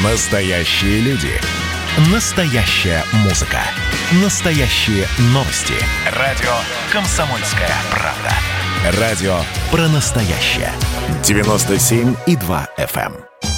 Настоящие люди. Настоящая музыка. Настоящие новости. Радио «Комсомольская правда». Радио про настоящее. 97,2 FM.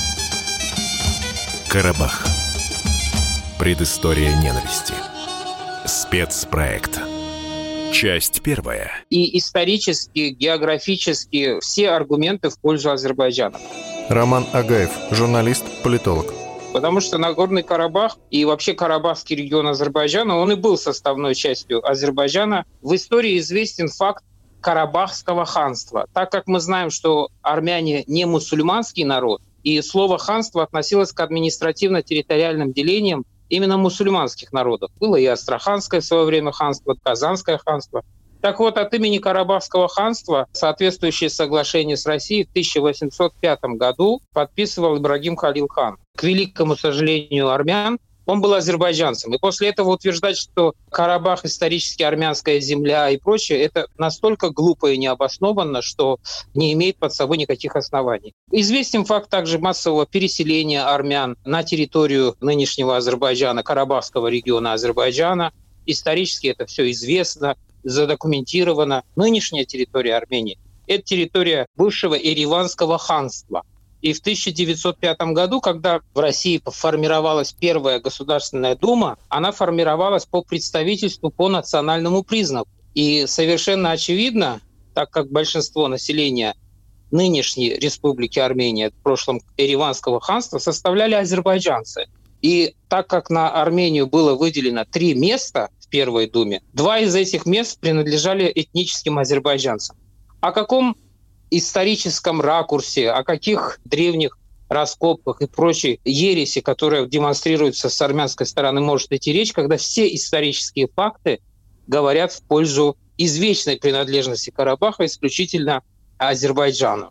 Карабах. Предыстория ненависти. Спецпроект. Часть первая. И исторически, географически все аргументы в пользу Азербайджана. Роман Агаев, журналист, политолог. Потому что Нагорный Карабах и вообще Карабахский регион Азербайджана, он и был составной частью Азербайджана. В истории известен факт Карабахского ханства. Так как мы знаем, что армяне не мусульманский народ, и слово «ханство» относилось к административно-территориальным делениям именно мусульманских народов. Было и Астраханское в свое время ханство, Казанское ханство. Так вот, от имени Карабахского ханства соответствующее соглашение с Россией в 1805 году подписывал Ибрагим Халил хан. К великому сожалению армян, он был азербайджанцем. И после этого утверждать, что Карабах исторически армянская земля и прочее, это настолько глупо и необоснованно, что не имеет под собой никаких оснований. Известен факт также массового переселения армян на территорию нынешнего Азербайджана, Карабахского региона Азербайджана. Исторически это все известно, задокументировано. Нынешняя территория Армении – это территория бывшего Ереванского ханства. И в 1905 году, когда в России формировалась первая Государственная Дума, она формировалась по представительству по национальному признаку. И совершенно очевидно, так как большинство населения нынешней Республики Армения, в прошлом Ереванского ханства, составляли азербайджанцы. И так как на Армению было выделено 3 места в Первой Думе, 2 из этих мест принадлежали этническим азербайджанцам. О каком историческом ракурсе, о каких древних раскопках и прочей ереси, которая демонстрируется с армянской стороны, может идти речь, когда все исторические факты говорят в пользу извечной принадлежности Карабаха исключительно Азербайджану.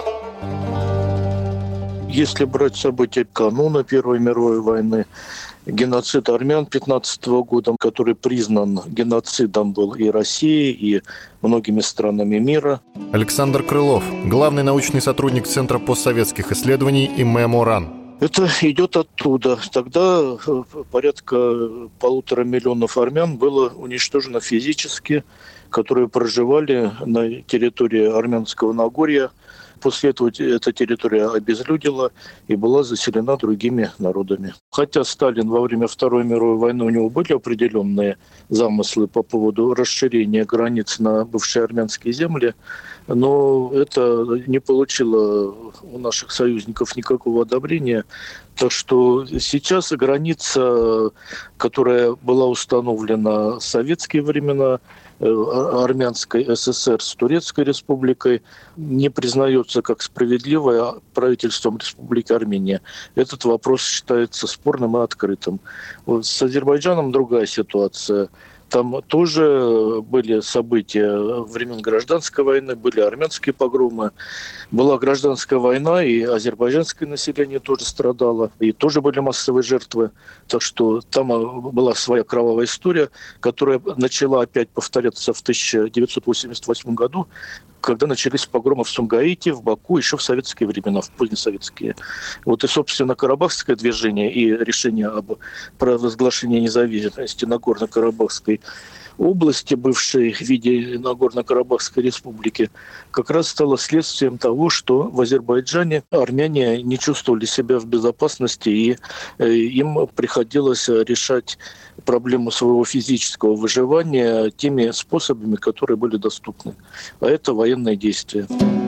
Если брать события кануна Первой мировой войны, геноцид армян 15 года, который признан геноцидом был и Россией, и многими странами мира. Александр Крылов, главный научный сотрудник Центра постсоветских исследований ИМЭ-МОРАН. Это идет оттуда. Тогда порядка 1,5 миллиона армян было уничтожено физически, которые проживали на территории Армянского Нагорья. После этого эта территория обезлюдила и была заселена другими народами. Хотя Сталин во время Второй мировой войны, у него были определенные замыслы по поводу расширения границ на бывшие армянские земли, но это не получило у наших союзников никакого одобрения. Так что сейчас граница, которая была установлена в советские времена, Армянской ССР с Турецкой республикой, не признается как справедливая правительством Республики Армения. Этот вопрос считается спорным и открытым. Вот с Азербайджаном другая ситуация. Там тоже были события времен гражданской войны, были армянские погромы. Была гражданская война, и азербайджанское население тоже страдало, и тоже были массовые жертвы. Так что там была своя кровавая история, которая начала опять повторяться в 1988 году, когда начались погромы в Сумгаите, в Баку, еще в советские времена, в позднесоветские. Вот и, собственно, Карабахское движение и решение об провозглашении независимости Нагорно-Карабахской области, бывшей в виде Нагорно-Карабахской республики, как раз стало следствием того, что в Азербайджане армяне не чувствовали себя в безопасности, и им приходилось решать проблему своего физического выживания теми способами, которые были доступны. А это военные действия.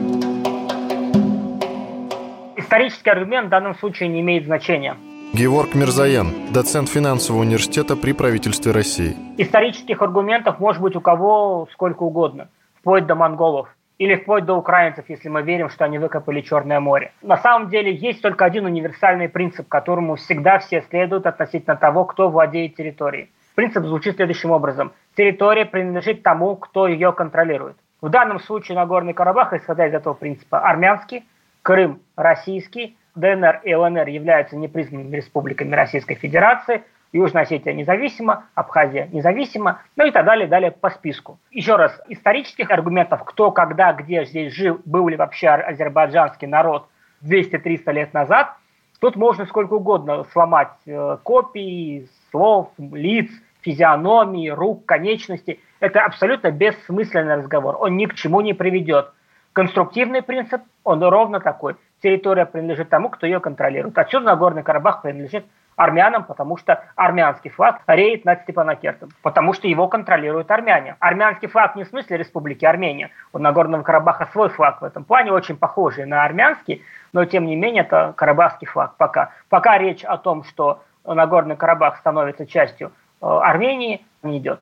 Исторический аргумент в данном случае не имеет значения. Геворг Мирзаян, доцент финансового университета при правительстве России. Исторических аргументов может быть у кого сколько угодно, вплоть до монголов или вплоть до украинцев, если мы верим, что они выкопали Черное море. На самом деле есть только один универсальный принцип, которому всегда все следуют относительно того, кто владеет территорией. Принцип звучит следующим образом. Территория принадлежит тому, кто ее контролирует. В данном случае Нагорный Карабах, исходя из этого принципа, армянский, Крым российский, ДНР и ЛНР являются непризнанными республиками Российской Федерации, Южная Осетия независима, Абхазия независима, ну и так далее, далее по списку. Еще раз, исторических аргументов, кто, когда, где здесь жил, был ли вообще азербайджанский народ 200-300 лет назад, Тут можно сколько угодно сломать копии, слов, лиц, физиономии, рук, конечностей. Это абсолютно бессмысленный разговор. Он ни к чему не приведет. Конструктивный принцип, он ровно такой. Территория принадлежит тому, кто ее контролирует. Отсюда Нагорный Карабах принадлежит армянам, потому что армянский флаг реет над Степанакертом, потому что его контролируют армяне. Армянский флаг не в смысле Республики Армения. У Нагорного Карабаха свой флаг в этом плане, очень похожий на армянский, но тем не менее это карабахский флаг пока. Пока речь о том, что Нагорный Карабах становится частью Армении, не идет.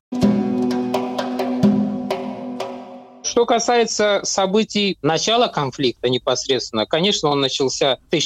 Что касается событий начала конфликта непосредственно, конечно, он начался в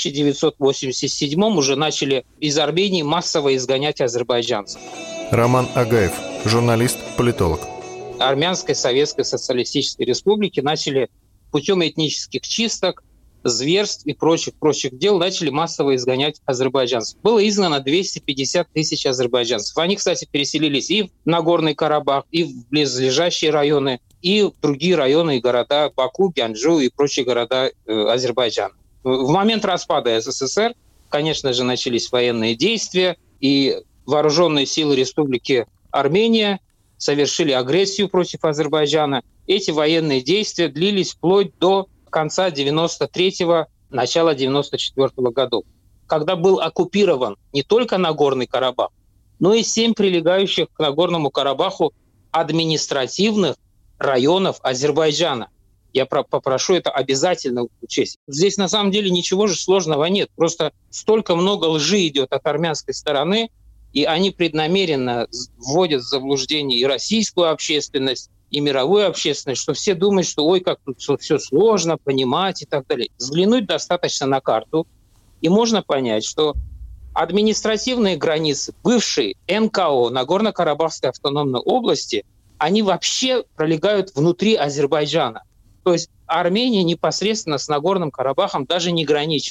1987-м, уже начали из Армении массово изгонять азербайджанцев. Роман Агаев, журналист, политолог. Армянской Советской Социалистической Республики начали путем этнических чисток, зверств и прочих дел начали массово изгонять азербайджанцев. Было изгнано 250 тысяч азербайджанцев. Они, кстати, переселились и в Нагорный Карабах, и в близлежащие районы, и в другие районы и города Баку, Гянджу и прочие города Азербайджана. В момент распада СССР, конечно же, начались военные действия, и вооруженные силы Республики Армения совершили агрессию против Азербайджана. Эти военные действия длились вплоть до конца 93-го, начала 94-го годов, когда был оккупирован не только Нагорный Карабах, но и 7 прилегающих к Нагорному Карабаху административных районов Азербайджана. Я попрошу это обязательно учесть. Здесь на самом деле ничего же сложного нет. Просто столько много лжи идет от армянской стороны, и они преднамеренно вводят в заблуждение и российскую общественность, и мировую общественность, что все думают, что ой, как тут все сложно понимать и так далее. Взглянуть достаточно на карту, и можно понять, что административные границы бывшей НКО, Нагорно-Карабахской автономной области, они вообще пролегают внутри Азербайджана. То есть Армения непосредственно с Нагорным Карабахом даже не граничит.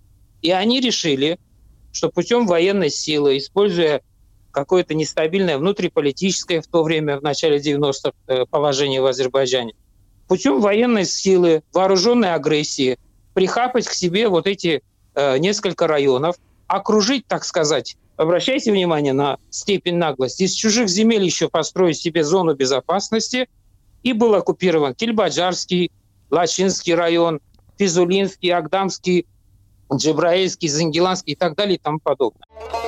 И они решили, что путем военной силы, используя какое-то нестабильное внутриполитическое в то время, в начале 90-х, положение в Азербайджане, путем военной силы, вооруженной агрессии, прихапать к себе вот эти несколько районов, окружить, так сказать, обращайте внимание на степень наглости, из чужих земель еще построить себе зону безопасности, и был оккупирован Кильбаджарский, Лачинский район, Физулинский, Агдамский, Джебраильский, Зангиланский и так далее и тому подобное.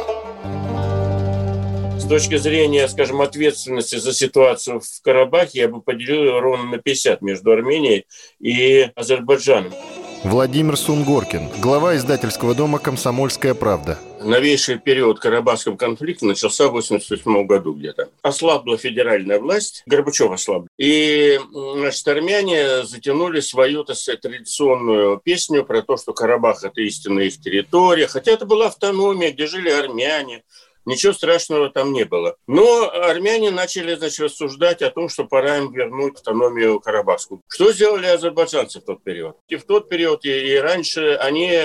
С точки зрения, скажем, ответственности за ситуацию в Карабахе, я бы поделил ее ровно на 50 между Арменией и Азербайджаном. Владимир Сунгоркин, глава издательского дома «Комсомольская правда». Новейший период карабахского конфликта начался в 1988 году где-то. Ослабла федеральная власть, Горбачев ослаб. И, значит, армяне затянули свою, так сказать, традиционную песню про то, что Карабах – это истинная их территория. Хотя это была автономия, где жили армяне. Ничего страшного там не было. Но армяне начали, значит, рассуждать о том, что пора им вернуть автономию карабахскую. Что сделали азербайджанцы в тот период? И в тот период, и раньше они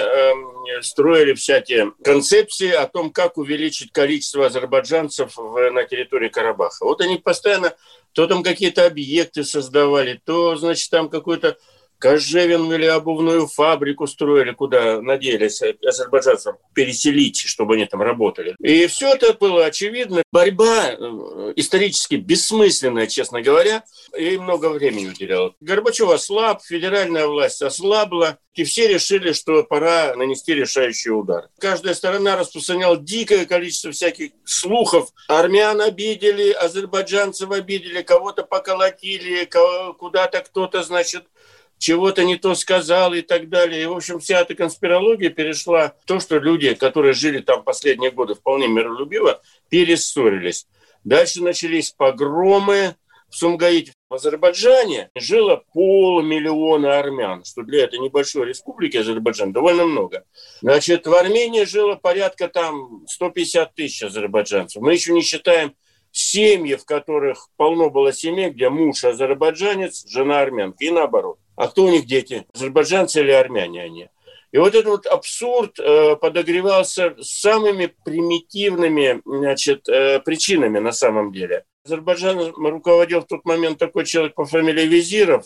строили всякие концепции о том, как увеличить количество азербайджанцев на территории Карабаха. Вот они постоянно то там какие-то объекты создавали, то, значит, там какой-то кожевенную или обувную фабрику строили, куда надеялись азербайджанцев переселить, чтобы они там работали. И все это было очевидно. Борьба исторически бессмысленная, честно говоря, и много времени уделяла. Горбачев ослаб, федеральная власть ослабла, и все решили, что пора нанести решающий удар. Каждая сторона распространяла дикое количество всяких слухов. Армян обидели, азербайджанцев обидели, кого-то поколотили, куда-то кто-то, значит, чего-то не то сказал и так далее. И, в общем, вся эта конспирология перешла в то, что люди, которые жили там последние годы вполне миролюбиво, перессорились. Дальше начались погромы в Сумгаите. В Азербайджане жило 500 000 армян, что для этой небольшой республики Азербайджан довольно много. Значит, в Армении жило порядка там 150 тысяч азербайджанцев. Мы еще не считаем семьи, в которых полно было семей, где муж азербайджанец, жена армянка, и наоборот. А кто у них дети? Азербайджанцы или армяне они? И вот этот вот абсурд подогревался самыми примитивными, значит, причинами на самом деле. Азербайджаном руководил в тот момент такой человек по фамилии Визиров,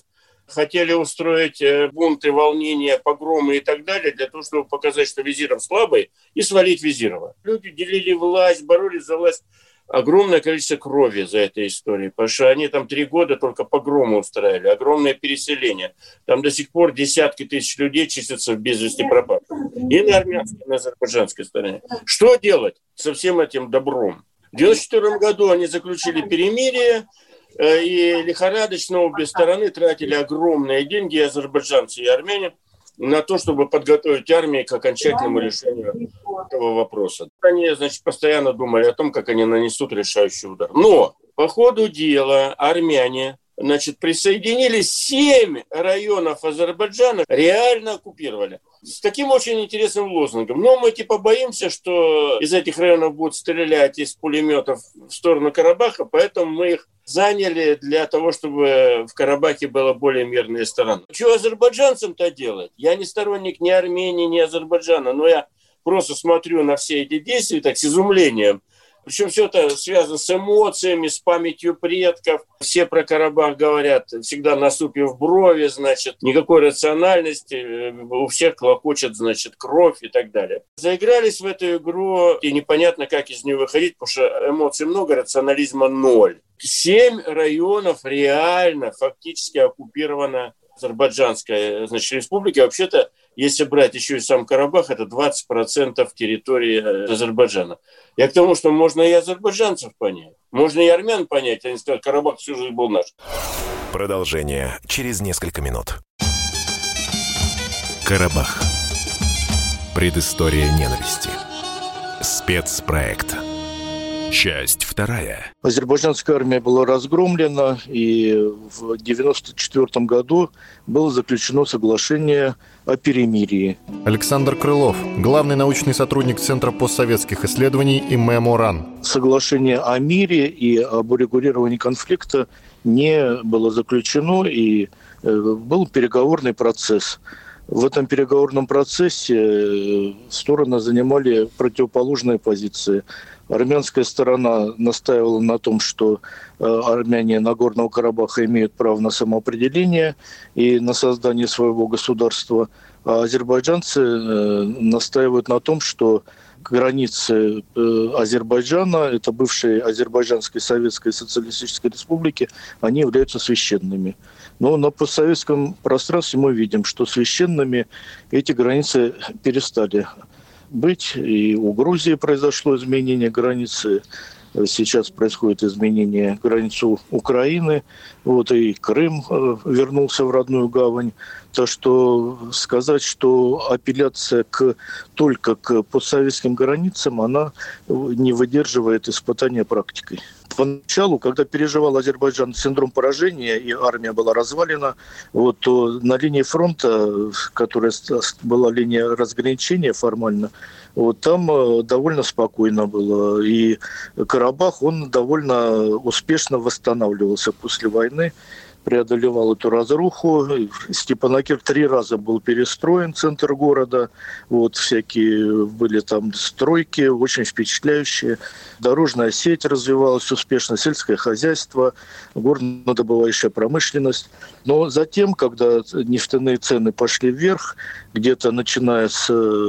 хотели устроить бунты, волнения, погромы и так далее, для того, чтобы показать, что Визиров слабый, и свалить Визирова. Люди делили власть, боролись за власть. Огромное количество крови за этой историей, потому что они там 3 года только погромы устраивали, огромное переселение. Там до сих пор десятки тысяч людей числятся в без вести пропавших. И на армянской, и на азербайджанской стороне. Что делать со всем этим добром? В 1994 году они заключили перемирие, и лихорадочно обе стороны тратили огромные деньги, и азербайджанцы, и армяне, на то, чтобы подготовить армию к окончательному решению этого вопроса. Они, значит, постоянно думали о том, как они нанесут решающий удар. Но по ходу дела армяне, значит, присоединили 7 районов Азербайджана, реально оккупировали. С таким очень интересным лозунгом. Но мы типа боимся, что из этих районов будут стрелять из пулеметов в сторону Карабаха, поэтому мы их заняли для того, чтобы в Карабахе была более мирная сторона. Что азербайджанцам-то делать? Я не сторонник ни Армении, ни Азербайджана, но я просто смотрю на все эти действия так с изумлением. Причем все это связано с эмоциями, с памятью предков. Все про Карабах говорят, всегда насупив брови, значит, никакой рациональности, у всех клокочет, значит, кровь и так далее. Заигрались в эту игру, и непонятно, как из нее выходить, потому что эмоций много, рационализма 0. 7 районов реально, фактически оккупировано Азербайджанская, значит, республика. Вообще-то, если брать еще и сам Карабах, это 20% территории Азербайджана. Я к тому, что можно и азербайджанцев понять, можно и армян понять. Они скажут, Карабах всю жизнь был наш. Продолжение через несколько минут. Карабах. Предыстория ненависти. Спецпроект. Часть 2. Азербайджанская армия была разгромлена, и в 1994 году было заключено соглашение о перемирии. Александр Крылов, главный научный сотрудник Центра постсоветских исследований и МЭМО-РАН. Соглашение о мире и об урегулировании конфликта не было заключено, и был переговорный процесс. В этом переговорном процессе стороны занимали противоположные позиции. Армянская сторона настаивала на том, что армяне Нагорного Карабаха имеют право на самоопределение и на создание своего государства, а азербайджанцы настаивают на том, что границы Азербайджана, это бывшей Азербайджанской Советской Социалистической Республики, они являются священными. Но на постсоветском пространстве мы видим, что священными эти границы перестали быть. И у Грузии произошло изменение границы. Сейчас происходит изменение границы Украины. И Крым вернулся в родную гавань. Так что сказать, что апелляция только к постсоветским границам, она не выдерживает испытания практикой. Поначалу, когда переживал Азербайджан синдром поражения и армия была развалена, то на линии фронта, которая была линия разграничения формально, там довольно спокойно было. И Карабах, он довольно успешно восстанавливался после войны, преодолевал эту разруху. Степанакерт 3 раза был перестроен, центр города. Всякие были там стройки, очень впечатляющие. Дорожная сеть развивалась успешно, сельское хозяйство, горнодобывающая промышленность. Но затем, когда нефтяные цены пошли вверх, где-то начиная с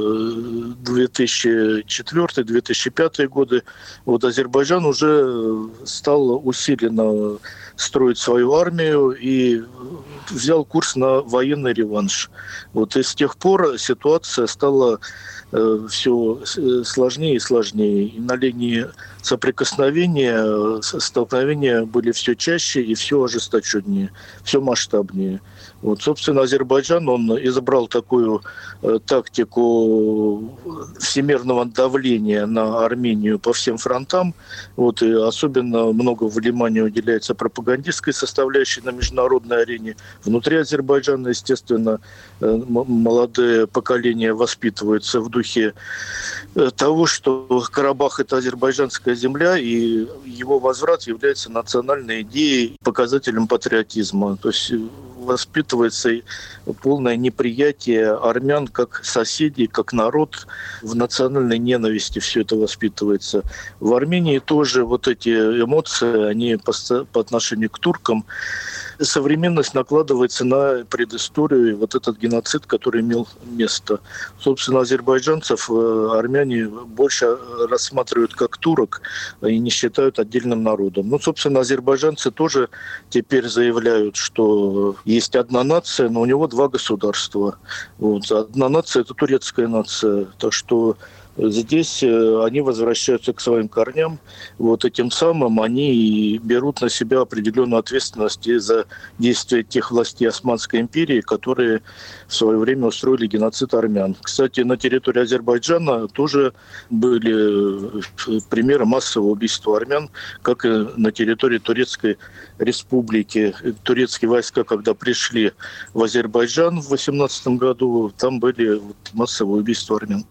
2004-2005 годы, Азербайджан уже стал усиленно строить свою армию и взял курс на военный реванш. И с тех пор ситуация стала все сложнее и сложнее. И на линии соприкосновения столкновения были все чаще и все ожесточеннее, все масштабнее. Собственно, Азербайджан, он избрал такую тактику всемирного давления на Армению по всем фронтам. И особенно много внимания уделяется пропагандистской составляющей на международной арене. Внутри Азербайджана, естественно, молодое поколение воспитывается в духе того, что Карабах – это азербайджанская земля, и его возврат является национальной идеей, показателем патриотизма. То есть воспитывается полное неприятие армян как соседей, как народ. В национальной ненависти все это воспитывается. В Армении тоже эти эмоции, они по отношению к туркам, современность накладывается на предысторию, вот этот геноцид, который имел место. Собственно, азербайджанцев армяне больше рассматривают как турок и не считают отдельным народом. Ну, собственно, азербайджанцы тоже теперь заявляют, что есть одна нация, но у него два государства. Вот. Одна нация – это турецкая нация. Так что здесь они возвращаются к своим корням. Вот, и тем самым они берут на себя определенную ответственность за действия тех властей Османской империи, которые в свое время устроили геноцид армян. Кстати, на территории Азербайджана тоже были примеры массового убийства армян, как и на территории Турецкой республики. Турецкие войска, когда пришли в Азербайджан в 18 году, там были массовые убийства армян.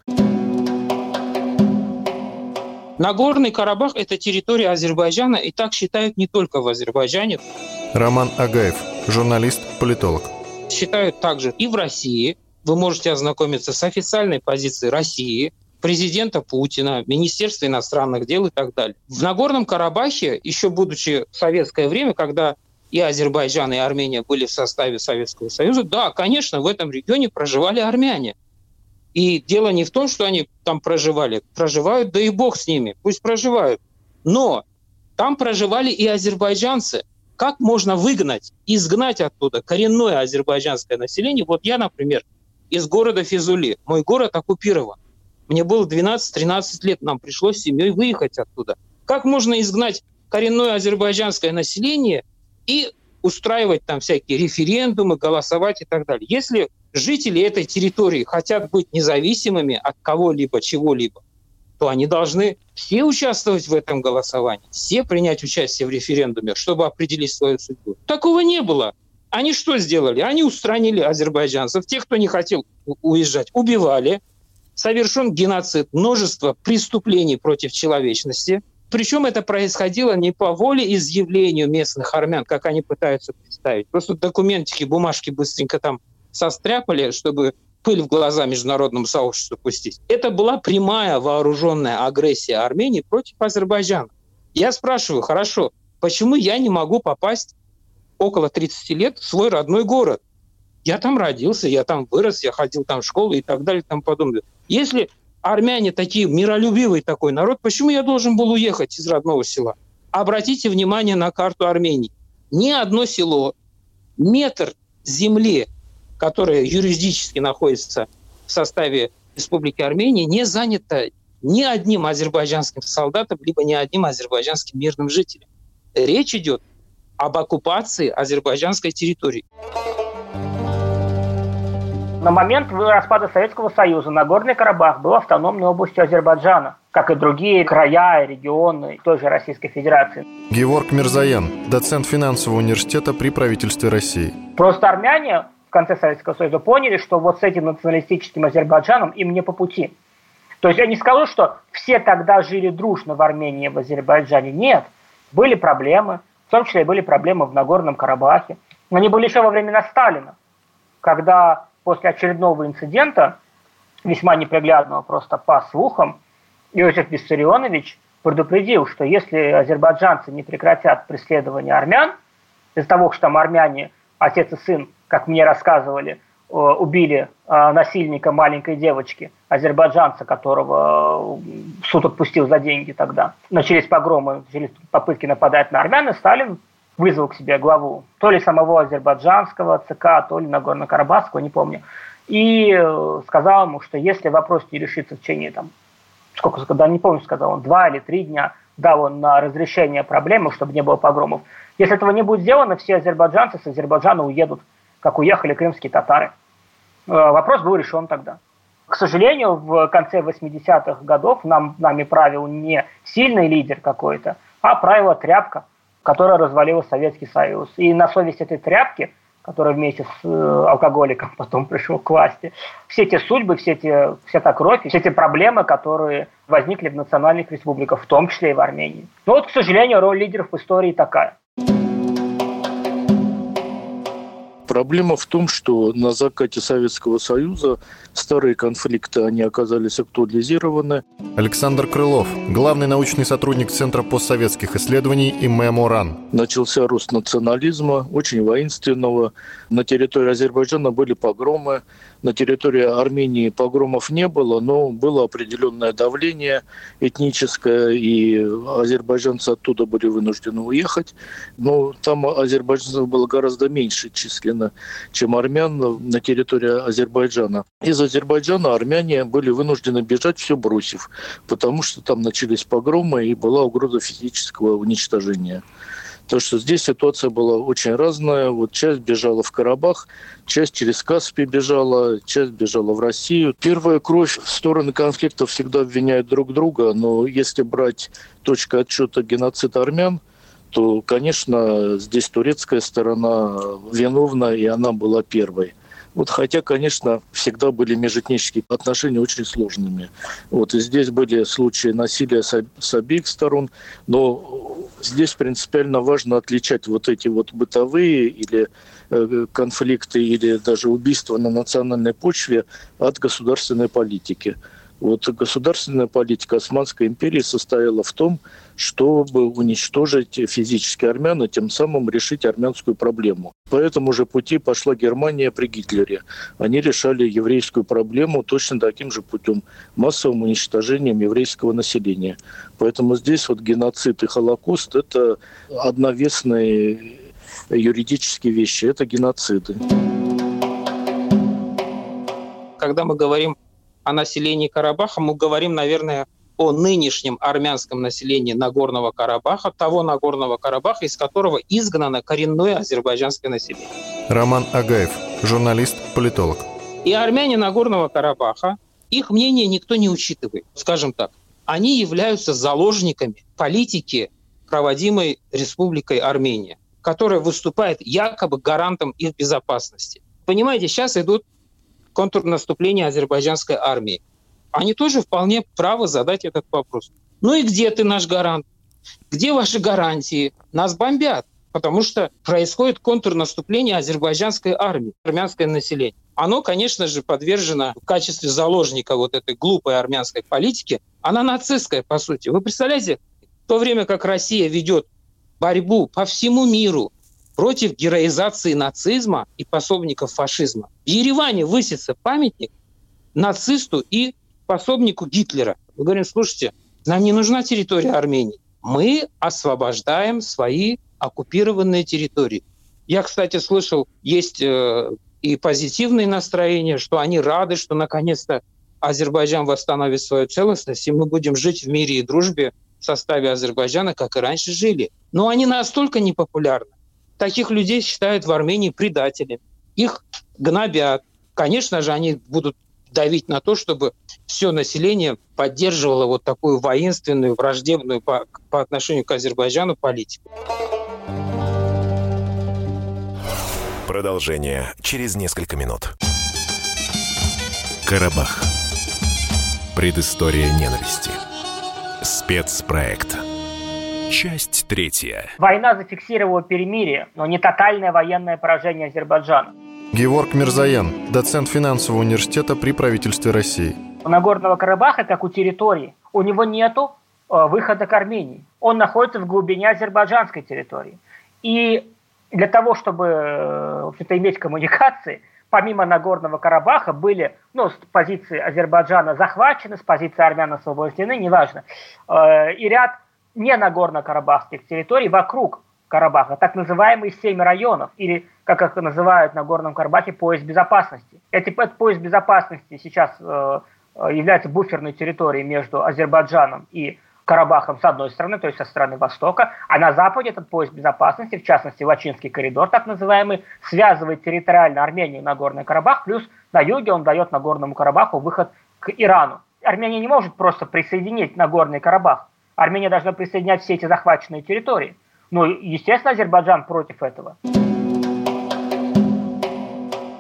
Нагорный Карабах – это территория Азербайджана, и так считают не только в Азербайджане. Роман Агаев, журналист, политолог. Считают также и в России. Вы можете ознакомиться с официальной позицией России, президента Путина, Министерства иностранных дел и так далее. В Нагорном Карабахе, еще будучи в советское время, когда и Азербайджан, и Армения были в составе Советского Союза, да, конечно, в этом регионе проживали армяне. И дело не в том, что они там проживали. Проживают, да и бог с ними, пусть проживают. Но там проживали и азербайджанцы. Как можно выгнать, изгнать оттуда коренное азербайджанское население? Вот я, например, из города Физули. Мой город оккупирован. Мне было 12-13 лет, нам пришлось с семьей выехать оттуда. Как можно изгнать коренное азербайджанское население и устраивать там всякие референдумы, голосовать и так далее? Если жители этой территории хотят быть независимыми от кого-либо, чего-либо, то они должны все участвовать в этом голосовании, все принять участие в референдуме, чтобы определить свою судьбу. Такого не было. Они что сделали? Они устранили азербайджанцев, тех, кто не хотел уезжать, убивали, совершен геноцид, множество преступлений против человечности. Причем это происходило не по воле изъявлению местных армян, как они пытаются представить. Просто документики, бумажки быстренько там состряпали, чтобы пыль в глаза международному сообществу пустить. Это была прямая вооруженная агрессия Армении против Азербайджана. Я спрашиваю, хорошо, почему я не могу попасть около 30 лет в свой родной город? Я там родился, я там вырос, я ходил там в школу и так далее и тому подобное. Если армяне такие, миролюбивый такой народ, почему я должен был уехать из родного села? Обратите внимание на карту Армении. Ни одно село, метр земли, которая юридически находится в составе Республики Армения, не занята ни одним азербайджанским солдатом, либо ни одним азербайджанским мирным жителем. Речь идет об оккупации азербайджанской территории. На момент распада Советского Союза Нагорный Карабах был автономной областью Азербайджана, как и другие края и регионы той же Российской Федерации. Геворг Мирзаян, доцент финансового университета при правительстве России. Просто армяне в конце Советского Союза поняли, что вот с этим националистическим Азербайджаном им не по пути. То есть я не скажу, что все тогда жили дружно в Армении и в Азербайджане. Нет, были проблемы, в том числе и были проблемы в Нагорном Карабахе. Но они были еще во времена Сталина, когда после очередного инцидента, весьма неприглядного просто по слухам, Иосиф Виссарионович предупредил, что если азербайджанцы не прекратят преследование армян, из-за того, что там армяне, отец и сын, как мне рассказывали, убили насильника маленькой девочки, азербайджанца, которого суд отпустил за деньги тогда. Начались погромы, начались попытки нападать на армян, и Сталин вызвал к себе главу то ли самого азербайджанского ЦК, то ли Нагорно-Карабахского, не помню, и сказал ему, что если вопрос не решится в течение, не помню, сказал он, 2 или 3 дня, дал он на разрешение проблемы, чтобы не было погромов. Если этого не будет сделано, все азербайджанцы с Азербайджана уедут, как уехали крымские татары. Вопрос был решен тогда. К сожалению, в конце 80-х годов нами правил не сильный лидер какой-то, а правила тряпка, которая развалила Советский Союз. И на совесть этой тряпки, которая вместе с алкоголиком потом пришел к власти, все эти судьбы, вся та кровь, все эти проблемы, которые возникли в национальных республиках, в том числе и в Армении. Но вот, к сожалению, роль лидеров в истории такая. Проблема в том, что на закате Советского Союза старые конфликты, они оказались актуализированы. Александр Крылов, главный научный сотрудник Центра постсоветских исследований и МЭМО-РАН. Начался рост национализма, очень воинственного. На территории Азербайджана были погромы. На территории Армении погромов не было, но было определенное давление этническое, и азербайджанцы оттуда были вынуждены уехать. Но там азербайджанцев было гораздо меньше численно, чем армян на территории Азербайджана. Из Азербайджана армяне были вынуждены бежать, все бросив, потому что там начались погромы и была угроза физического уничтожения. То, что здесь ситуация была очень разная. Вот часть бежала в Карабах, часть через Каспий бежала, часть бежала в Россию. Первая кровь, стороны конфликтов всегда обвиняют друг друга, но если брать точкой отсчета геноцида армян, то, конечно, здесь турецкая сторона виновна, и она была первой. Вот, хотя, конечно, всегда были межэтнические отношения очень сложными. Вот, и здесь были случаи насилия с обеих сторон, но здесь принципиально важно отличать вот эти вот бытовые или конфликты, или даже убийства на национальной почве от государственной политики. Вот государственная политика Османской империи состояла в том, чтобы уничтожить физически армян и тем самым решить армянскую проблему. По этому же пути пошла Германия при Гитлере. Они решали еврейскую проблему точно таким же путем, массовым уничтожением еврейского населения. Поэтому здесь вот геноцид и Холокост – это одновесные юридические вещи, это геноциды. Когда мы говорим о населении Карабаха, мы говорим, наверное, о нынешнем армянском населении Нагорного Карабаха, того Нагорного Карабаха, из которого изгнано коренное азербайджанское население. Роман Агаев, журналист, политолог. И армяне Нагорного Карабаха, их мнение никто не учитывает, скажем так. Они являются заложниками политики, проводимой Республикой Армения, которая выступает якобы гарантом их безопасности. Понимаете, сейчас идут контрнаступление азербайджанской армии. Они тоже вполне правы задать этот вопрос. Ну и где ты, наш гарант? Где ваши гарантии? Нас бомбят, потому что происходит контрнаступление азербайджанской армии, армянское население. Оно, конечно же, подвержено в качестве заложника вот этой глупой армянской политики. Она нацистская, по сути. Вы представляете, в то время как Россия ведет борьбу по всему миру против героизации нацизма и пособников фашизма. В Ереване высится памятник нацисту и пособнику Гитлера. Мы говорим, слушайте, нам не нужна территория Армении. Мы освобождаем свои оккупированные территории. Я, кстати, слышал, есть и позитивные настроения, что они рады, что наконец-то Азербайджан восстановит свою целостность, и мы будем жить в мире и дружбе в составе Азербайджана, как и раньше жили. Но они настолько непопулярны. Таких людей считают в Армении предателями. Их гнобят. Конечно же, они будут давить на то, чтобы все население поддерживало вот такую воинственную, враждебную по отношению к Азербайджану политику. Продолжение через несколько минут. Карабах. Предыстория ненависти. Спецпроект. Часть 3. Война зафиксировала перемирие, но не тотальное военное поражение Азербайджана. Геворг Мирзаян, доцент финансового университета при правительстве России. У Нагорного Карабаха, как у территории, у него нету выхода к Армении. Он находится в глубине азербайджанской территории. И для того, чтобы в общем-то, иметь коммуникации, помимо Нагорного Карабаха были, с позиции Азербайджана захвачены, с позиции армян освобождены, неважно, и ряд не нагорно-карабахских территорий вокруг Карабаха, так называемые 7 районов, или, как их называют на Горном Карабахе, пояс безопасности. Этот пояс безопасности сейчас является буферной территорией между Азербайджаном и Карабахом с одной стороны, то есть со стороны востока, а на западе этот пояс безопасности, в частности Лачинский коридор, так называемый, связывает территориально Армению и Нагорный Карабах, плюс на юге он дает Нагорному Карабаху выход к Ирану. Армения не может просто присоединить Нагорный Карабах. Армения должна присоединять все эти захваченные территории. Но, естественно, Азербайджан против этого.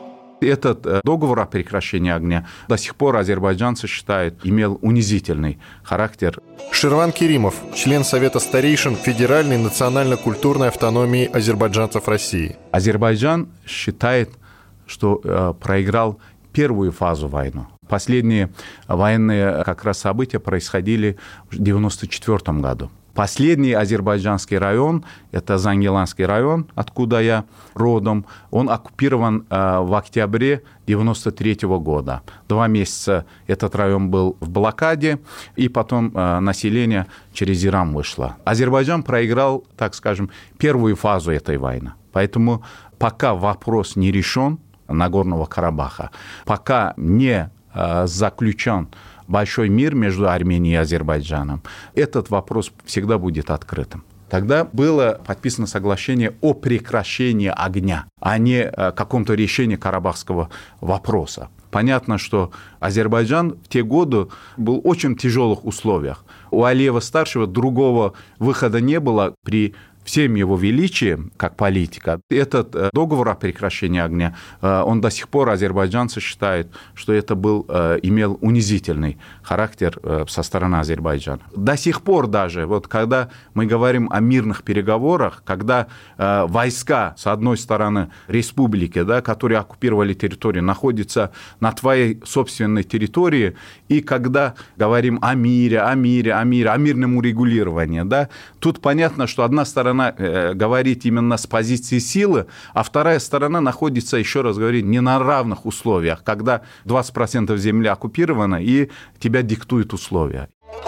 Этот договор о прекращении огня до сих пор азербайджанцы считают имел унизительный характер. Ширван Керимов, член Совета старейшин Федеральной национально-культурной автономии азербайджанцев России. Азербайджан считает, что проиграл первую фазу войны. Последние военные как раз события происходили в 1994 году. Последний азербайджанский район, это Зангеланский район, откуда я родом, он оккупирован в октябре 1993 года. 2 месяца этот район был в блокаде, и потом население через Иран вышло. Азербайджан проиграл, так скажем, первую фазу этой войны. Поэтому пока вопрос не решен, Нагорного Карабаха, пока не заключен большой мир между Арменией и Азербайджаном, этот вопрос всегда будет открытым. Тогда было подписано соглашение о прекращении огня, а не каком-то решении карабахского вопроса. Понятно, что Азербайджан в те годы был в очень тяжелых условиях. У Алиева-старшего другого выхода не было при всем его величием, как политика. Этот договор о прекращении огня, он до сих пор азербайджанцы считают, что это имел унизительный характер со стороны Азербайджана. До сих пор даже, вот когда мы говорим о мирных переговорах, когда войска, с одной стороны, республики, да, которые оккупировали территорию, находятся на твоей собственной территории, и когда говорим о мире, о мирном урегулировании, да, тут понятно, что одна сторона говорит именно с позиции силы, а вторая сторона находится, еще раз говорю, не на равных условиях, когда 20% земли оккупировано, и тебя диктуют условия.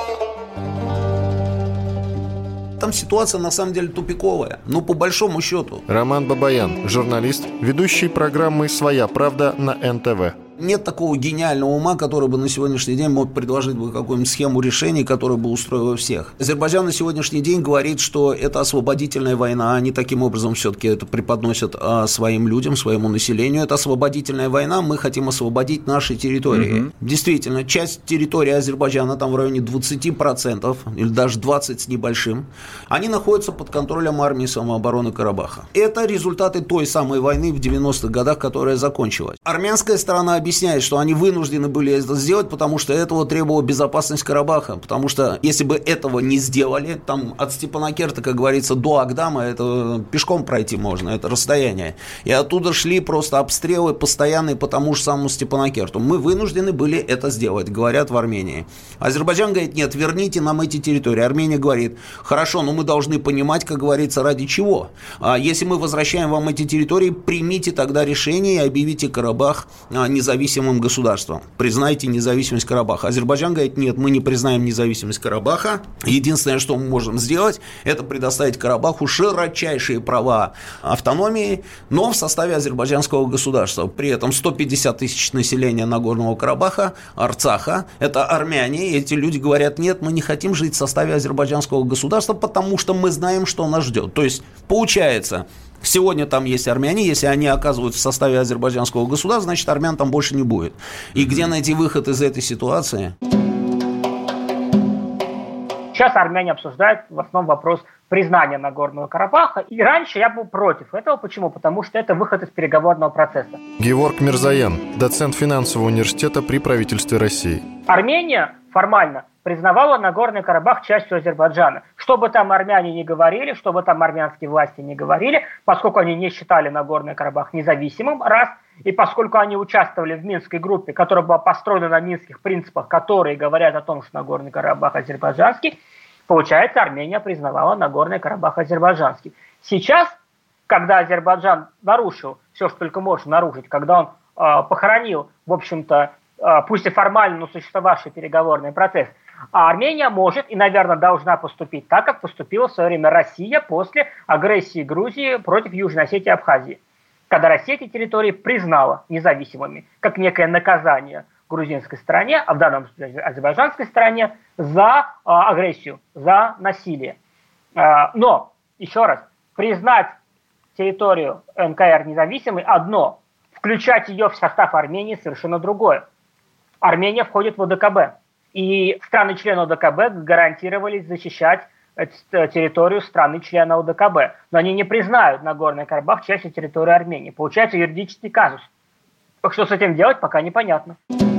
Там ситуация на самом деле тупиковая, по большому счету. Роман Бабаян, журналист, ведущий программы «Своя правда» на НТВ. Нет такого гениального ума, который бы на сегодняшний день мог предложить бы какую-нибудь схему решений, которая бы устроила всех. Азербайджан на сегодняшний день говорит, что это освободительная война. Они таким образом все-таки это преподносят своим людям, своему населению. Это освободительная война, мы хотим освободить наши территории. Действительно, часть территории Азербайджана, там в районе 20% или даже 20% с небольшим, они находятся под контролем армии самообороны Карабаха. Это результаты той самой войны в 90-х годах, которая закончилась. Армянская сторона объясняет, что они вынуждены были это сделать, потому что этого требовала безопасность Карабаха. Потому что если бы этого не сделали, там от Степанакерта, как говорится, до Агдама, это пешком пройти можно, это расстояние. И оттуда шли просто обстрелы постоянные по тому же самому Степанакерту. Мы вынуждены были это сделать, говорят в Армении. Азербайджан говорит, нет, верните нам эти территории. Армения говорит, хорошо, но мы должны понимать, как говорится, ради чего. Если мы возвращаем вам эти территории, примите тогда решение и объявите Карабах независимым государством. Признайте независимость Карабаха. Азербайджан говорит, нет, мы не признаем независимость Карабаха. Единственное, что мы можем сделать, это предоставить Карабаху широчайшие права автономии, но в составе азербайджанского государства. При этом 150 тысяч населения Нагорного Карабаха, Арцаха, это армяне, и эти люди говорят, нет, мы не хотим жить в составе азербайджанского государства, потому что мы знаем, что нас ждет. То есть, получается, сегодня там есть армяне, если они оказываются в составе азербайджанского государства, значит, армян там больше не будет. И где найти выход из этой ситуации? Сейчас армяне обсуждают в основном вопрос признания Нагорного Карабаха. И раньше я был против этого. Почему? Потому что это выход из переговорного процесса. Геворг Мирзаян, доцент финансового университета при правительстве России. Армения формально признавала Нагорный Карабах частью Азербайджана. Что бы там армяне не говорили, что бы там армянские власти не говорили, поскольку они не считали Нагорный Карабах независимым, раз, и поскольку они участвовали в Минской группе, которая была построена на минских принципах, которые говорят о том, что Нагорный Карабах азербайджанский, получается, Армения признавала Нагорный Карабах азербайджанский. Сейчас, когда Азербайджан нарушил все, что только можно нарушить, когда он похоронил, в общем-то, пусть и формально, но существовавший переговорный процесс, а Армения может и, наверное, должна поступить так, как поступила в свое время Россия после агрессии Грузии против Южной Осетии и Абхазии. Когда Россия эти территории признала независимыми, как некое наказание грузинской стороне, а в данном случае азербайджанской стороне, за агрессию, за насилие. Но, еще раз, признать территорию НКР независимой одно, включать ее в состав Армении совершенно другое. Армения входит в ОДКБ. И страны-члены ОДКБ гарантировались защищать территорию страны-члена ОДКБ. Но они не признают Нагорный Карабах частью территории Армении. Получается юридический казус. Что с этим делать, пока непонятно.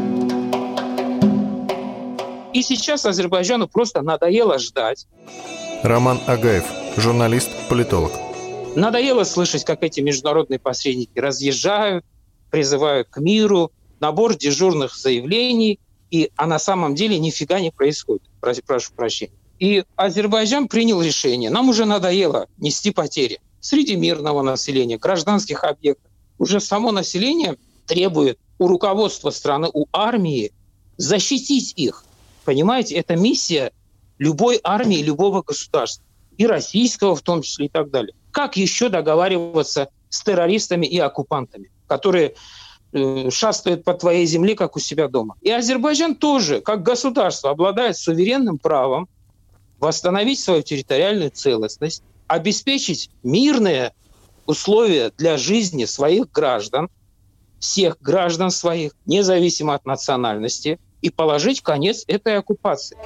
И сейчас Азербайджану просто надоело ждать. Роман Агаев, журналист, политолог. Надоело слышать, как эти международные посредники разъезжают, призывают к миру, набор дежурных заявлений, а на самом деле нифига не происходит. Прошу прощения. И Азербайджан принял решение. Нам уже надоело нести потери среди мирного населения, гражданских объектов. Уже само население требует у руководства страны, у армии защитить их. Понимаете, это миссия любой армии, любого государства. И российского в том числе и так далее. Как еще договариваться с террористами и оккупантами, которые шастают по твоей земле, как у себя дома? И Азербайджан тоже, как государство, обладает суверенным правом восстановить свою территориальную целостность, обеспечить мирные условия для жизни своих граждан, всех граждан своих, независимо от национальности, и положить конец этой оккупации.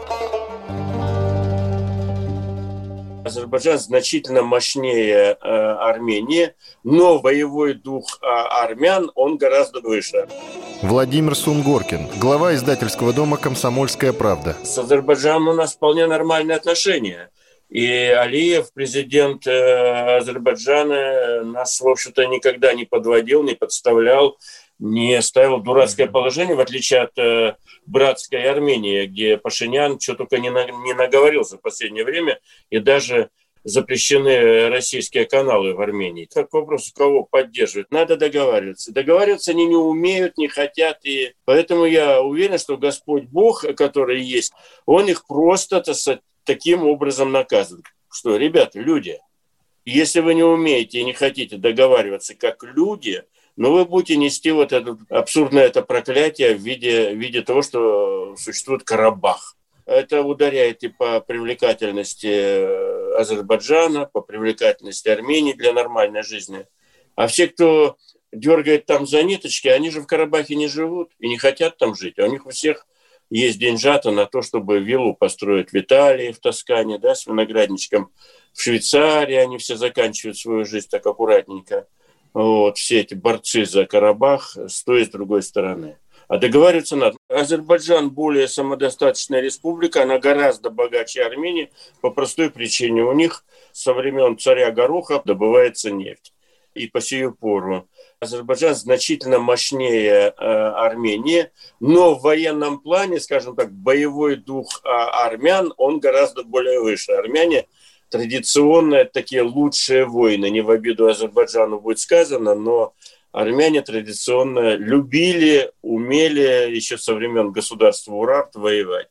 Азербайджан значительно мощнее Армении, но боевой дух армян, он гораздо выше. Владимир Сунгоркин, глава издательского дома «Комсомольская правда». С Азербайджаном у нас вполне нормальные отношения. И Алиев, президент Азербайджана, нас, в общем-то, никогда не подводил, не подставлял, не ставил в дурацкое положение, в отличие от братской Армении, где Пашинян что только не наговорился в последнее время, и даже запрещены российские каналы в Армении. Так вопрос, кого поддерживать? Надо договариваться. Договариваться они не умеют, не хотят, и поэтому я уверен, что Господь Бог, который есть, Он их просто таким образом наказывает. Что, ребята, люди, если вы не умеете и не хотите договариваться как люди, но вы будете нести вот это абсурдное проклятие в виде того, что существует Карабах. Это ударяет и по привлекательности Азербайджана, по привлекательности Армении для нормальной жизни. А все, кто дергает там за ниточки, они же в Карабахе не живут и не хотят там жить. А у них у всех есть деньжата на то, чтобы виллу построить в Италии, в Тоскане, да, с виноградничком. В Швейцарии они все заканчивают свою жизнь так аккуратненько. Вот, все эти борцы за Карабах стоят с другой стороны. А договариваться надо. Азербайджан более самодостаточная республика, она гораздо богаче Армении по простой причине. У них со времен царя Гороха добывается нефть. И по сию пору Азербайджан значительно мощнее Армении, но в военном плане, скажем так, боевой дух армян, он гораздо более выше. Армяне традиционно такие лучшие воины, не в обиду Азербайджану будет сказано, но армяне традиционно любили, умели еще со времен государства Урарт воевать.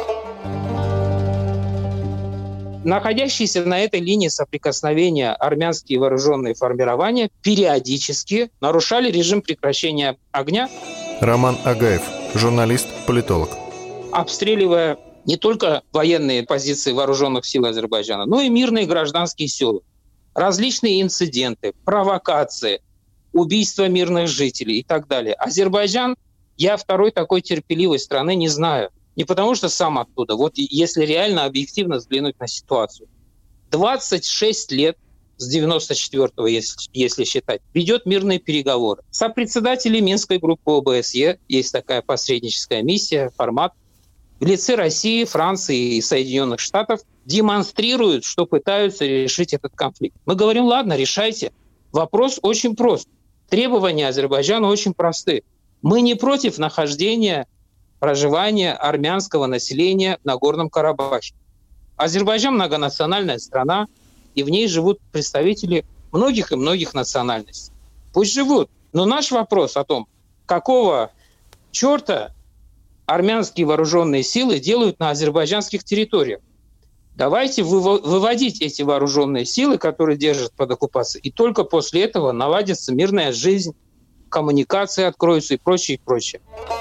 Находящиеся на этой линии соприкосновения армянские вооруженные формирования периодически нарушали режим прекращения огня. Роман Агаев, журналист, политолог. Обстреливая не только военные позиции вооруженных сил Азербайджана, но и мирные гражданские села. Различные инциденты, провокации, убийства мирных жителей и так далее. Азербайджан, я второй такой терпеливой страны не знаю. Не потому что сам оттуда. Вот если реально объективно взглянуть на ситуацию. 26 лет с 94-го, если считать, ведет мирные переговоры. Сопредседатели Минской группы ОБСЕ, есть такая посредническая миссия, формат, в лице России, Франции и Соединенных Штатов демонстрируют, что пытаются решить этот конфликт. Мы говорим, ладно, решайте. Вопрос очень прост. Требования Азербайджана очень просты. Мы не против нахождения, проживания армянского населения в Нагорном Карабахе. Азербайджан многонациональная страна, и в ней живут представители многих и многих национальностей. Пусть живут. Но наш вопрос о том, какого черта армянские вооруженные силы делают на азербайджанских территориях. Давайте выводить эти вооруженные силы, которые держат под оккупацией, и только после этого наладится мирная жизнь, коммуникации откроются и прочее, и прочее.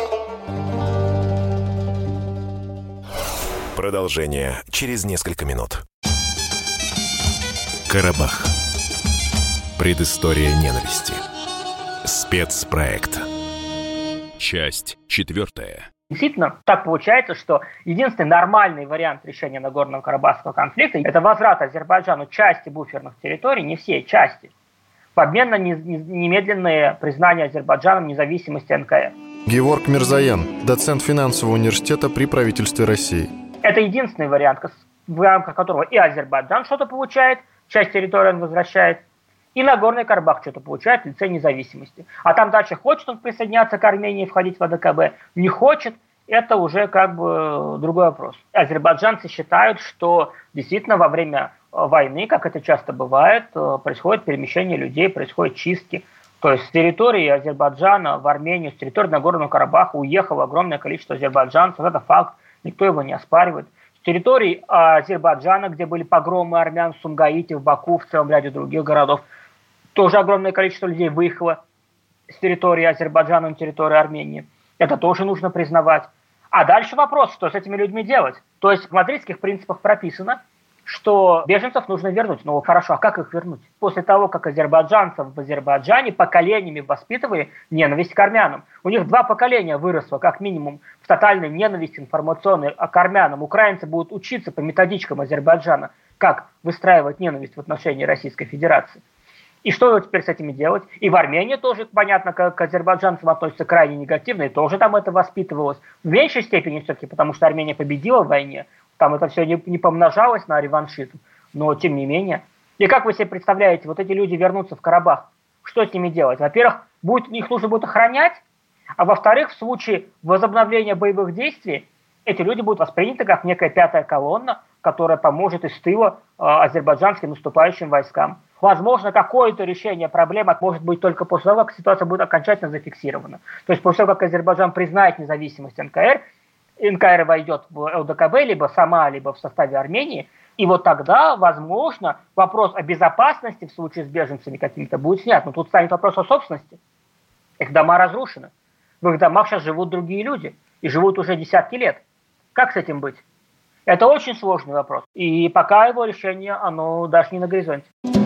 Продолжение через несколько минут. Карабах. Предыстория ненависти. Спецпроект. Часть 4. Действительно, так получается, что единственный нормальный вариант решения Нагорно-Карабахского конфликта – это возврат Азербайджану части буферных территорий, не все части, в обмен на немедленное признание Азербайджаном независимости НКР. Геворг Мирзоян, доцент финансового университета при правительстве России. Это единственный вариант, в рамках которого и Азербайджан что-то получает, часть территории он возвращает, и Нагорный Карабах что-то получает в лице независимости. А там дальше хочет он присоединяться к Армении, входить в АДКБ, не хочет, это уже как бы другой вопрос. Азербайджанцы считают, что действительно во время войны, как это часто бывает, происходит перемещение людей, происходят чистки. То есть с территории Азербайджана в Армению, с территории Нагорного Карабаха уехало огромное количество азербайджанцев. Это факт, никто его не оспаривает. С территории Азербайджана, где были погромы армян в Сумгаите, в Баку, в целом ряде других городов, тоже огромное количество людей выехало с территории Азербайджана на территорию Армении. Это тоже нужно признавать. А дальше вопрос, что с этими людьми делать. То есть в мадридских принципах прописано, что беженцев нужно вернуть. Ну хорошо, а как их вернуть? После того, как азербайджанцев в Азербайджане поколениями воспитывали ненависть к армянам. У них 2 поколения выросло, как минимум, в тотальной ненависти информационной к армянам. Украинцы будут учиться по методичкам Азербайджана, как выстраивать ненависть в отношении Российской Федерации. И что теперь с этими делать? И в Армении тоже, понятно, к азербайджанцам относятся крайне негативно, и тоже там это воспитывалось. В меньшей степени все-таки, потому что Армения победила в войне, там это все не помножалось на реваншизм, но тем не менее. И как вы себе представляете, вот эти люди вернутся в Карабах, что с ними делать? Во-первых, их нужно будет охранять, а во-вторых, в случае возобновления боевых действий, эти люди будут восприняты как некая 5-я колонна, которая поможет из тыла азербайджанским наступающим войскам. Возможно, какое-то решение проблемы может быть только после того, как ситуация будет окончательно зафиксирована. То есть после того, как Азербайджан признает независимость НКР, НКР войдет в ЛДКБ либо сама, либо в составе Армении, и вот тогда, возможно, вопрос о безопасности в случае с беженцами какими-то будет снят. Но тут станет вопрос о собственности. Их дома разрушены. В их домах сейчас живут другие люди. И живут уже десятки лет. Как с этим быть? Это очень сложный вопрос. И пока его решение, оно даже не на горизонте.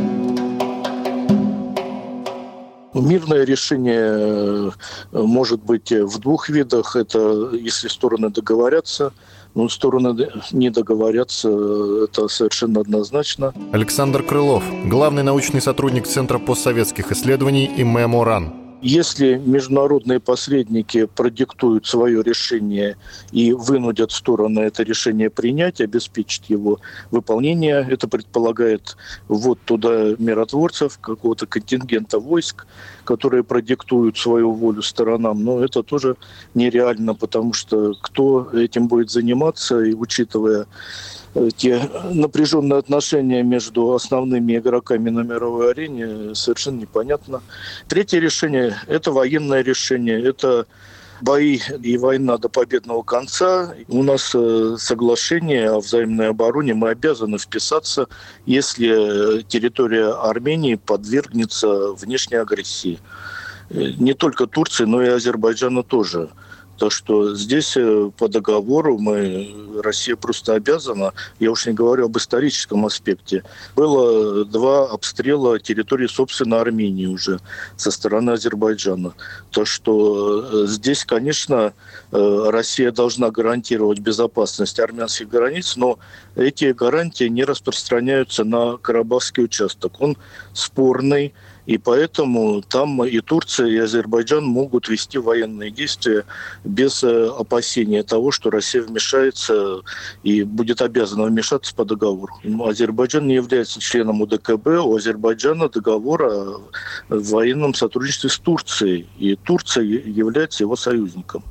Мирное решение может быть в 2 видах. Это если стороны договорятся. Но стороны не договорятся, это совершенно однозначно. Александр Крылов, главный научный сотрудник Центра постсоветских исследований ИМЭ «Муран». Если международные посредники продиктуют свое решение и вынудят стороны это решение принять, обеспечить его выполнение, это предполагает ввод туда миротворцев, какого-то контингента войск, которые продиктуют свою волю сторонам. Но это тоже нереально, потому что кто этим будет заниматься, и учитывая те напряженные отношения между основными игроками на мировой арене, совершенно непонятно. 3-е решение – это военное решение, это бои и война до победного конца. У нас соглашение о взаимной обороне, мы обязаны вписаться, если территория Армении подвергнется внешней агрессии. Не только Турции, но и Азербайджана тоже. Так что здесь по договору Россия просто обязана, я уж не говорю об историческом аспекте. Было 2 обстрела территории, собственно, Армении уже со стороны Азербайджана. Так что здесь, конечно, Россия должна гарантировать безопасность армянских границ, но эти гарантии не распространяются на Карабахский участок. Он спорный. И поэтому там и Турция, и Азербайджан могут вести военные действия без опасения того, что Россия вмешается и будет обязана вмешаться по договору. Азербайджан не является членом УДКБ, у Азербайджана договор о военном сотрудничестве с Турцией, и Турция является его союзником.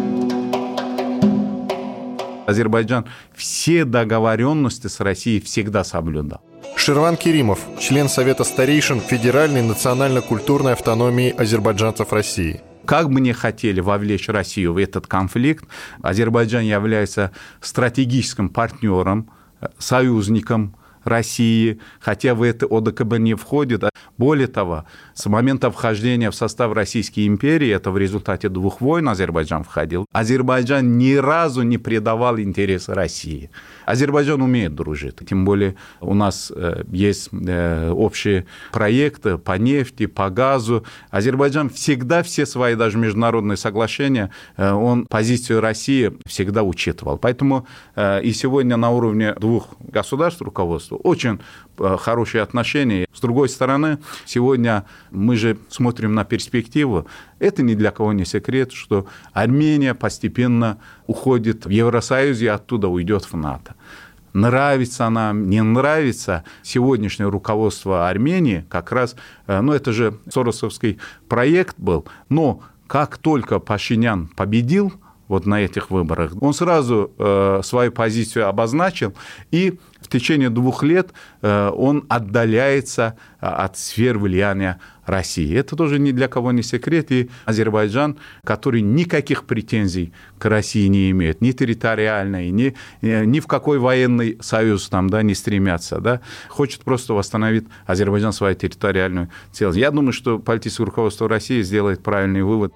Азербайджан все договоренности с Россией всегда соблюдал. Ширван Керимов, член Совета старейшин Федеральной национально-культурной автономии азербайджанцев России. Как бы не хотели вовлечь Россию в этот конфликт, Азербайджан является стратегическим партнером, союзником России, хотя в это ОДКБ не входит. Более того, с момента вхождения в состав Российской империи, это в результате 2 войн Азербайджан входил, Азербайджан ни разу не предавал интересы России. Азербайджан умеет дружить. Тем более у нас есть общие проекты по нефти, по газу. Азербайджан всегда все свои даже международные соглашения, он позицию России всегда учитывал. Поэтому и сегодня на уровне 2 государств руководства очень хорошие отношения. С другой стороны, сегодня мы же смотрим на перспективу. Это ни для кого не секрет, что Армения постепенно уходит в Евросоюз и оттуда уйдет в НАТО. Нравится нам, не нравится, сегодняшнее руководство Армении как раз, это же соросовский проект был, но как только Пашинян победил на этих выборах, он сразу свою позицию обозначил, и в течение 2 лет он отдаляется от сфер влияния России. Это тоже ни для кого не секрет. И Азербайджан, который никаких претензий к России не имеет, ни территориальной, ни в какой военный союз не стремятся, хочет просто восстановить Азербайджан свою территориальную целостность. Я думаю, что политическое руководство России сделает правильный вывод.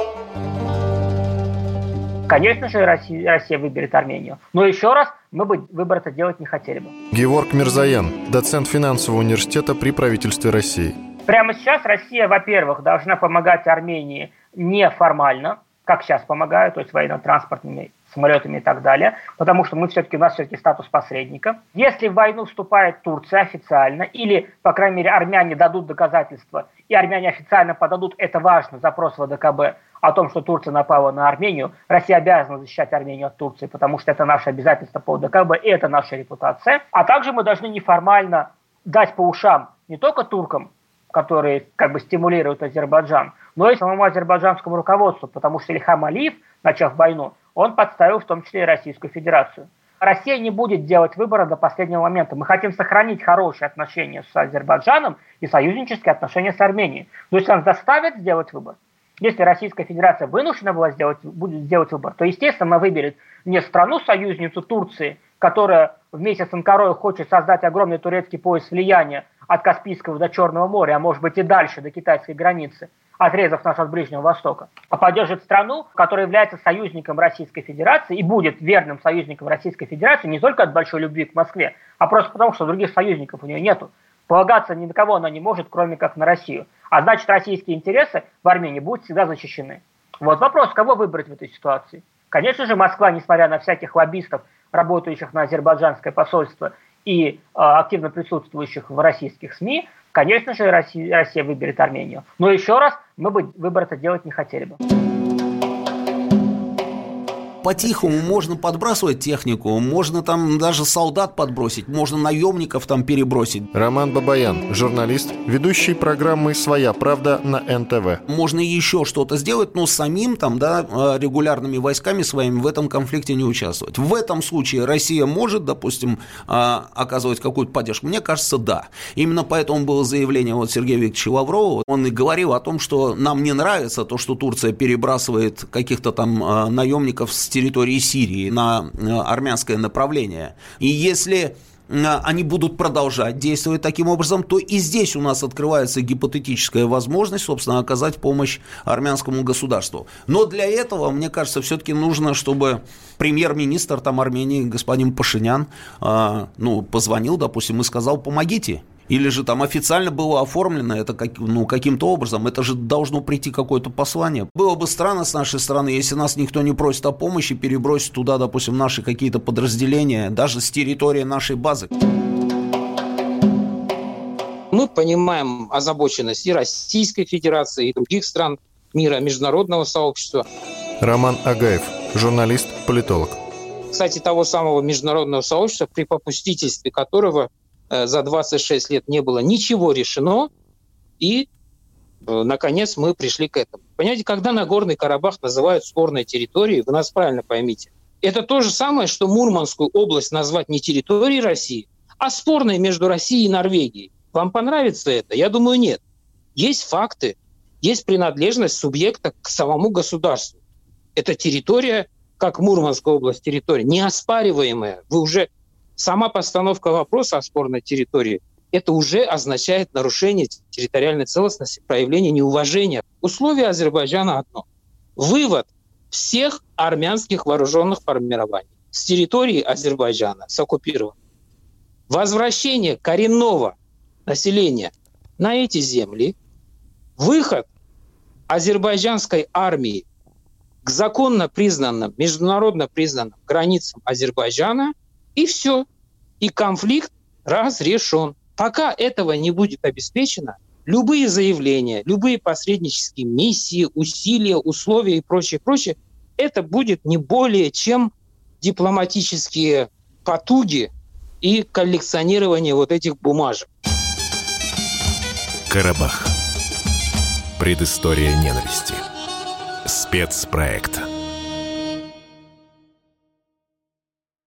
Конечно же, Россия выберет Армению. Но еще раз, мы бы выбор это делать не хотели бы. Геворг Мирзоян, доцент финансового университета при правительстве России. Прямо сейчас Россия, во-первых, должна помогать Армении неформально, как сейчас помогают, то есть военно-транспортными самолетами и так далее, потому что у нас все-таки статус посредника. Если в войну вступает Турция официально, или, по крайней мере, армяне дадут доказательства, и армяне официально подадут, это важно, запрос в АДКБ о том, что Турция напала на Армению, Россия обязана защищать Армению от Турции, потому что это наше обязательство по АДКБ, и это наша репутация. А также мы должны неформально дать по ушам не только туркам, которые стимулируют Азербайджан, но и самому азербайджанскому руководству, потому что Ильхам Алиев, начав войну, он подставил в том числе и Российскую Федерацию. Россия не будет делать выбора до последнего момента. Мы хотим сохранить хорошие отношения с Азербайджаном и союзнические отношения с Арменией. Но если нас заставят сделать выбор, если Российская Федерация вынуждена будет сделать выбор, то, естественно, она выберет не страну-союзницу Турции, которая вместе с Анкарой хочет создать огромный турецкий пояс влияния от Каспийского до Черного моря, а может быть и дальше, до китайской границы, отрезав нас от Ближнего Востока, а поддержит страну, которая является союзником Российской Федерации и будет верным союзником Российской Федерации не только от большой любви к Москве, а просто потому, что других союзников у нее нету. Полагаться ни на кого она не может, кроме как на Россию. А значит, российские интересы в Армении будут всегда защищены. Вот вопрос, кого выбрать в этой ситуации? Конечно же, Москва, несмотря на всяких лоббистов, работающих на азербайджанское посольство и активно присутствующих в российских СМИ, конечно же, Россия выберет Армению. Но еще раз, мы бы выбор это делать не хотели бы. По-тихому можно подбрасывать технику, можно там даже солдат подбросить, можно наемников там перебросить. Роман Бабаян, журналист, ведущий программы «Своя правда» на НТВ. Можно еще что-то сделать, но самим регулярными войсками своими в этом конфликте не участвовать. В этом случае Россия может, допустим, оказывать какую-то поддержку? Мне кажется, да. Именно поэтому было заявление Сергея Викторовича Лаврова. Он и говорил о том, что нам не нравится то, что Турция перебрасывает каких-то там наемников с территории Сирии на армянское направление. И если они будут продолжать действовать таким образом, то и здесь у нас открывается гипотетическая возможность, собственно, оказать помощь армянскому государству. Но для этого, мне кажется, все-таки нужно, чтобы премьер-министр Армении, господин Пашинян, позвонил, допустим, и сказал: помогите. Или же там официально было оформлено это каким-то образом. Это же должно прийти какое-то послание. Было бы странно с нашей стороны, если нас никто не просит о помощи, перебросить туда, допустим, наши какие-то подразделения, даже с территории нашей базы. Мы понимаем озабоченность и Российской Федерации, и других стран мира, международного сообщества. Роман Агаев, журналист, политолог. Кстати, того самого международного сообщества, при попустительстве которого за 26 лет не было ничего решено, и, наконец, мы пришли к этому. Понимаете, когда Нагорный Карабах называют спорной территорией, вы нас правильно поймите, это то же самое, что Мурманскую область назвать не территорией России, а спорной между Россией и Норвегией. Вам понравится это? Я думаю, нет. Есть факты, есть принадлежность субъекта к самому государству. Это территория, как Мурманская область, территория неоспариваемая. Сама постановка вопроса о спорной территории, это уже означает нарушение территориальной целостности, проявление неуважения. Условие Азербайджана одно. Вывод всех армянских вооруженных формирований с территории Азербайджана, с оккупированной. Возвращение коренного населения на эти земли. Выход азербайджанской армии к законно признанным, международно признанным границам Азербайджана. И все. И конфликт разрешен. Пока этого не будет обеспечено, любые заявления, любые посреднические миссии, усилия, условия и прочее, это будет не более чем дипломатические потуги и коллекционирование вот этих бумажек. Карабах. Предыстория ненависти. Спецпроект.